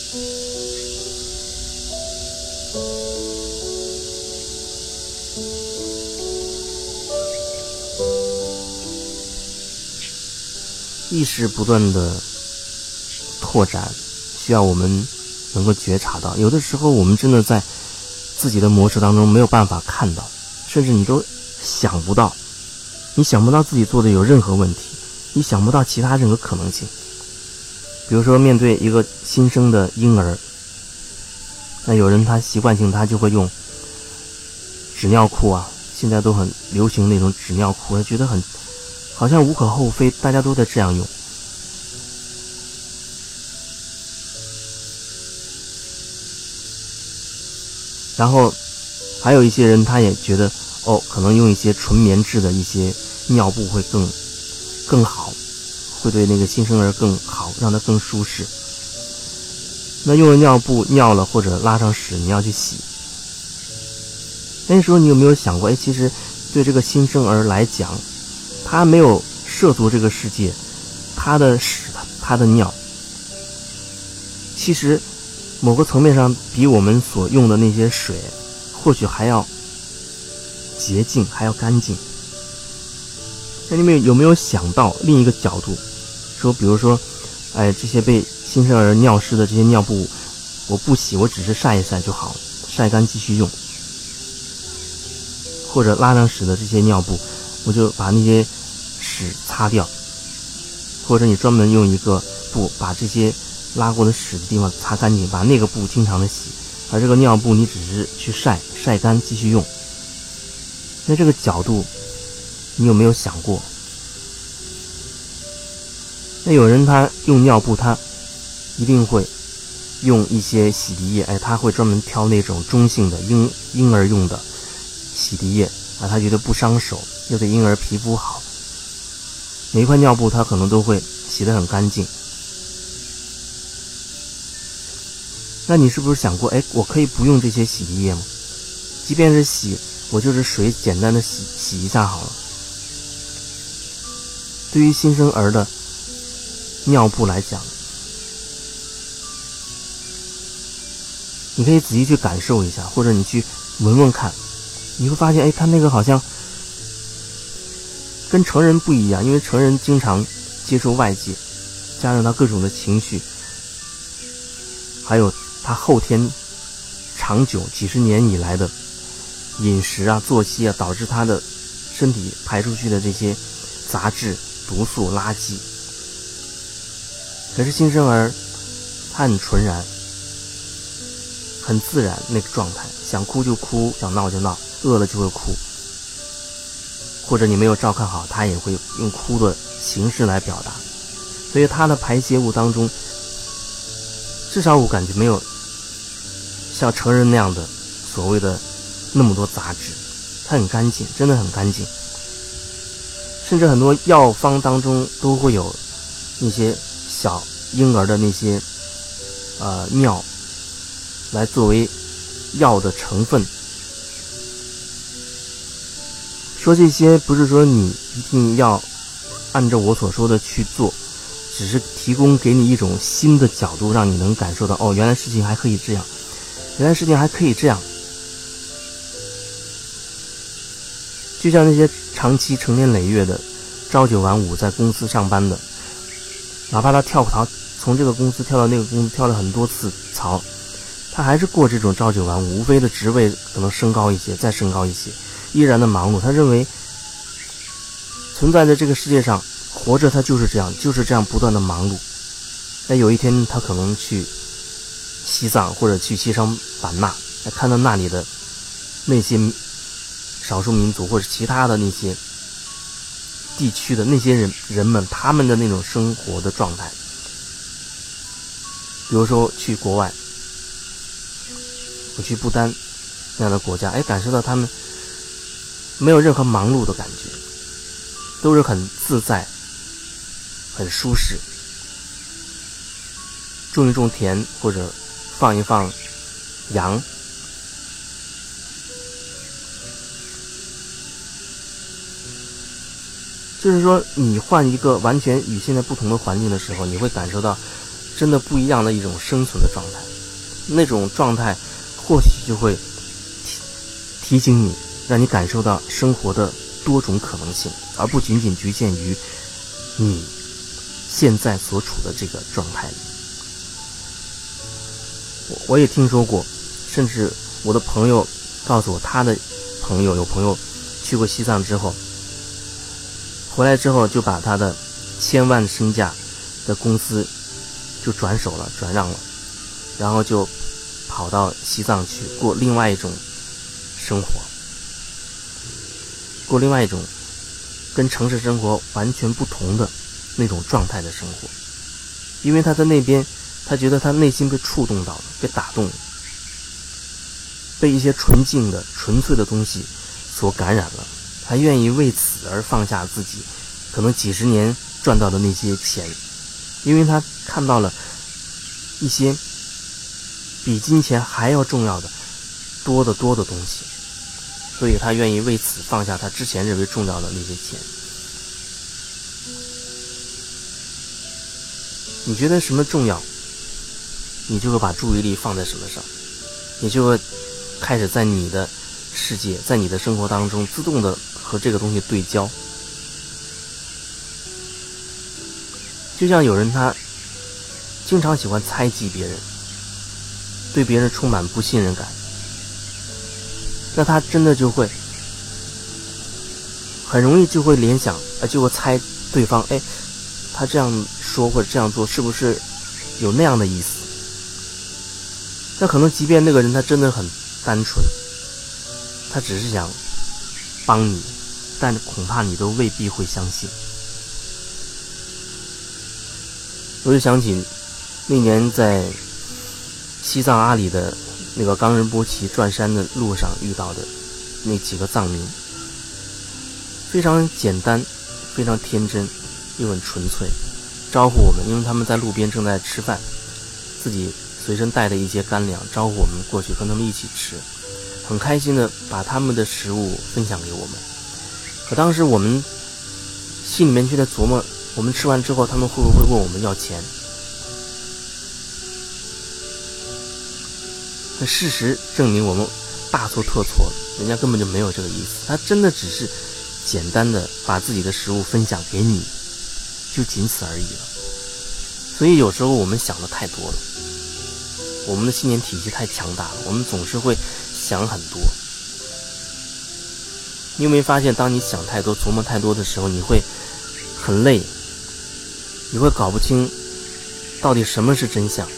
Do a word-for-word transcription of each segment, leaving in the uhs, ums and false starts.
意识不断的拓展，需要我们能够觉察到，有的时候我们真的在自己的模式当中没有办法看到，甚至你都想不到，你想不到自己做的有任何问题，你想不到其他任何可能性。比如说面对一个新生的婴儿，那有人他习惯性他就会用纸尿裤啊，现在都很流行那种纸尿裤，他觉得很好像无可厚非，大家都在这样用。然后还有一些人他也觉得哦，可能用一些纯棉质的一些尿布会更更好，会对那个新生儿更好，让它更舒适。那用了尿布尿了或者拉上屎，你要去洗，那时候你有没有想过，哎，其实对这个新生儿来讲，他没有涉足这个世界，他的屎他的尿其实某个层面上比我们所用的那些水或许还要洁净，还要干净。那你们有没有想到另一个角度，说比如说哎，这些被新生儿尿湿的这些尿布我不洗，我只是晒一晒就好，晒干继续用。或者拉上屎的这些尿布，我就把那些屎擦掉，或者你专门用一个布把这些拉过的屎的地方擦干净，把那个布经常的洗，而这个尿布你只是去晒晒干继续用。那这个角度你有没有想过？那有人他用尿布，他一定会用一些洗涤液，哎，他会专门挑那种中性的婴婴儿用的洗涤液啊，他觉得不伤手，又对婴儿皮肤好。每一块尿布他可能都会洗得很干净。那你是不是想过，哎，我可以不用这些洗涤液吗？即便是洗，我就是水简单的洗洗一下好了。对于新生儿的尿布来讲，你可以仔细去感受一下，或者你去闻闻看，你会发现，哎，他那个好像跟成人不一样，因为成人经常接受外界，加上他各种的情绪，还有他后天长久几十年以来的饮食啊、作息啊，导致他的身体排出去的这些杂质、毒素、垃圾。可是新生儿他很纯然，很自然，那个状态，想哭就哭，想闹就闹，饿了就会哭，或者你没有照看好，他也会用哭的形式来表达。所以他的排泄物当中，至少我感觉没有像成人那样的所谓的那么多杂质，它很干净，真的很干净。甚至很多药方当中都会有那些小婴儿的那些呃尿来作为药的成分。说这些不是说你一定要按照我所说的去做，只是提供给你一种新的角度，让你能感受到，哦，原来事情还可以这样，原来事情还可以这样。就像那些长期成年累月的朝九晚五在公司上班的，哪怕他跳槽，从这个公司跳到那个公司，跳了很多次槽，他还是过这种朝九晚五，无非的职位可能升高一些，再升高一些，依然的忙碌。他认为存在在这个世界上，活着他就是这样，就是这样不断的忙碌。那有一天他可能去西藏或者去西双版纳，看到那里的那些少数民族或者其他的那些地区的那些人人们，他们的那种生活的状态。比如说去国外，我去不丹那样的国家，哎，感受到他们没有任何忙碌的感觉，都是很自在，很舒适。种一种田或者放一放羊，就是说你换一个完全与现在不同的环境的时候，你会感受到真的不一样的一种生存的状态。那种状态或许就会提提醒你，让你感受到生活的多种可能性，而不仅仅局限于你现在所处的这个状态里。我我也听说过，甚至我的朋友告诉我，他的朋友有朋友去过西藏之后，回来之后就把他的千万身价的公司就转手了，转让了，然后就跑到西藏去过另外一种生活，过另外一种跟城市生活完全不同的那种状态的生活。因为他在那边，他觉得他内心被触动到了，被打动了，被一些纯净的纯粹的东西所感染了，他愿意为此而放下自己可能几十年赚到的那些钱，因为他看到了一些比金钱还要重要的多得多的东西，所以他愿意为此放下他之前认为重要的那些钱。你觉得什么重要，你就会把注意力放在什么上，你就会开始在你的世界，在你的生活当中自动的和这个东西对焦。就像有人他经常喜欢猜忌别人，对别人充满不信任感，那他真的就会很容易就会联想，呃，就会猜对方，哎，他这样说或者这样做是不是有那样的意思？那可能即便那个人他真的很单纯，他只是想帮你，但恐怕你都未必会相信。我就想起那年在西藏阿里的那个冈仁波齐转山的路上遇到的那几个藏民，非常简单，非常天真，又很纯粹，招呼我们，因为他们在路边正在吃饭，自己随身带的一些干粮，招呼我们过去跟他们一起吃，很开心的把他们的食物分享给我们。可当时我们心里面却在琢磨，我们吃完之后他们会不会问我们要钱？那事实证明我们大错特错了，人家根本就没有这个意思，他真的只是简单的把自己的食物分享给你，就仅此而已了。所以有时候我们想的太多了，我们的信念体系太强大了，我们总是会想很多。你有没有发现，当你想太多琢磨太多的时候，你会很累，你会搞不清到底什么是真相。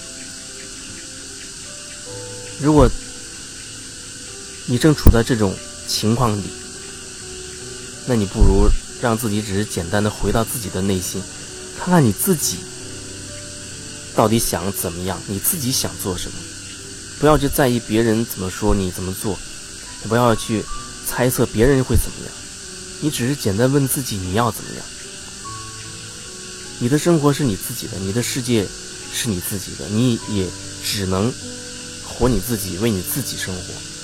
如果你正处在这种情况里，那你不如让自己只是简单的回到自己的内心，看看你自己到底想怎么样，你自己想做什么，不要去在意别人怎么说你怎么做，也不要去猜测别人会怎么样，你只是简单问自己你要怎么样。你的生活是你自己的，你的世界是你自己的，你也只能活你自己，为你自己生活。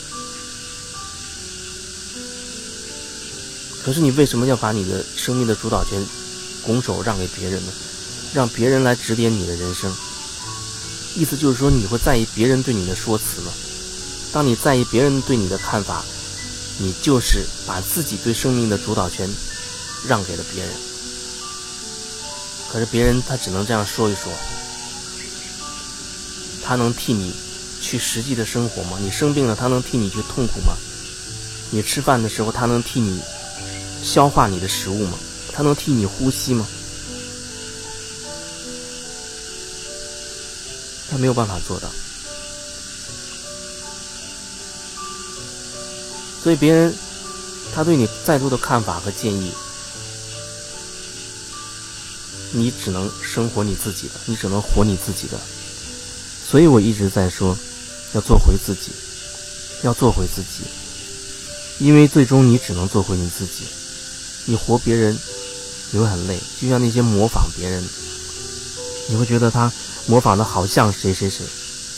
可是你为什么要把你的生命的主导权拱手让给别人呢？让别人来指点你的人生，意思就是说你会在意别人对你的说辞吗？当你在意别人对你的看法，你就是把自己对生命的主导权让给了别人。可是别人他只能这样说一说，他能替你去实际的生活吗？你生病了，他能替你去痛苦吗？你吃饭的时候，他能替你消化你的食物吗？他能替你呼吸吗？他没有办法做到。所以别人他对你再多的看法和建议，你只能生活你自己的，你只能活你自己的。所以我一直在说，要做回自己，要做回自己，因为最终你只能做回你自己。你活别人，你会很累，就像那些模仿别人，你会觉得他模仿的好像谁谁谁。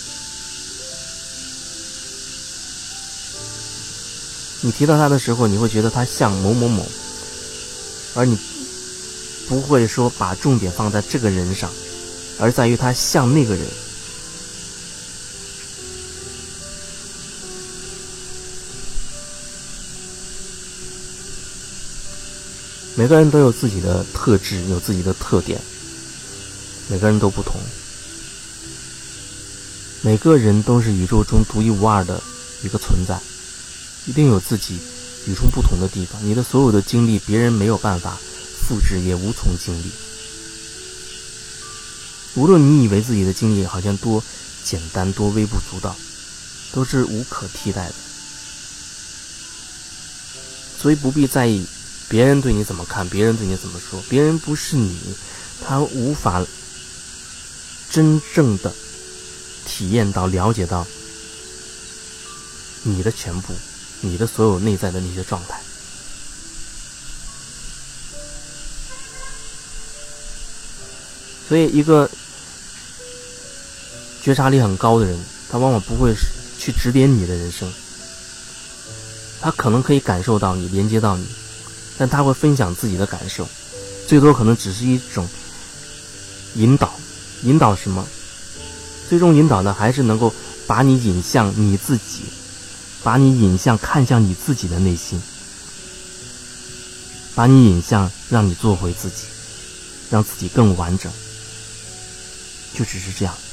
你提到他的时候，你会觉得他像某某某，而你不会说把重点放在这个人上， 而在于他像那个人。每个人都有自己的特质，有自己的特点，每个人都不同，每个人都是宇宙中独一无二的一个存在，一定有自己与众不同的地方。你的所有的经历，别人没有办法复制，也无从经历。无论你以为自己的经历好像多简单，多微不足道，都是无可替代的。所以不必在意别人对你怎么看，别人对你怎么说，别人不是你，他无法真正的体验到、了解到你的全部，你的所有内在的那些状态。所以一个觉察力很高的人，他往往不会去指点你的人生，他可能可以感受到你，连接到你，但他会分享自己的感受，最多可能只是一种引导。引导什么？最终引导呢，还是能够把你引向你自己，把你引向看向你自己的内心，把你引向让你做回自己，让自己更完整，就只是这样。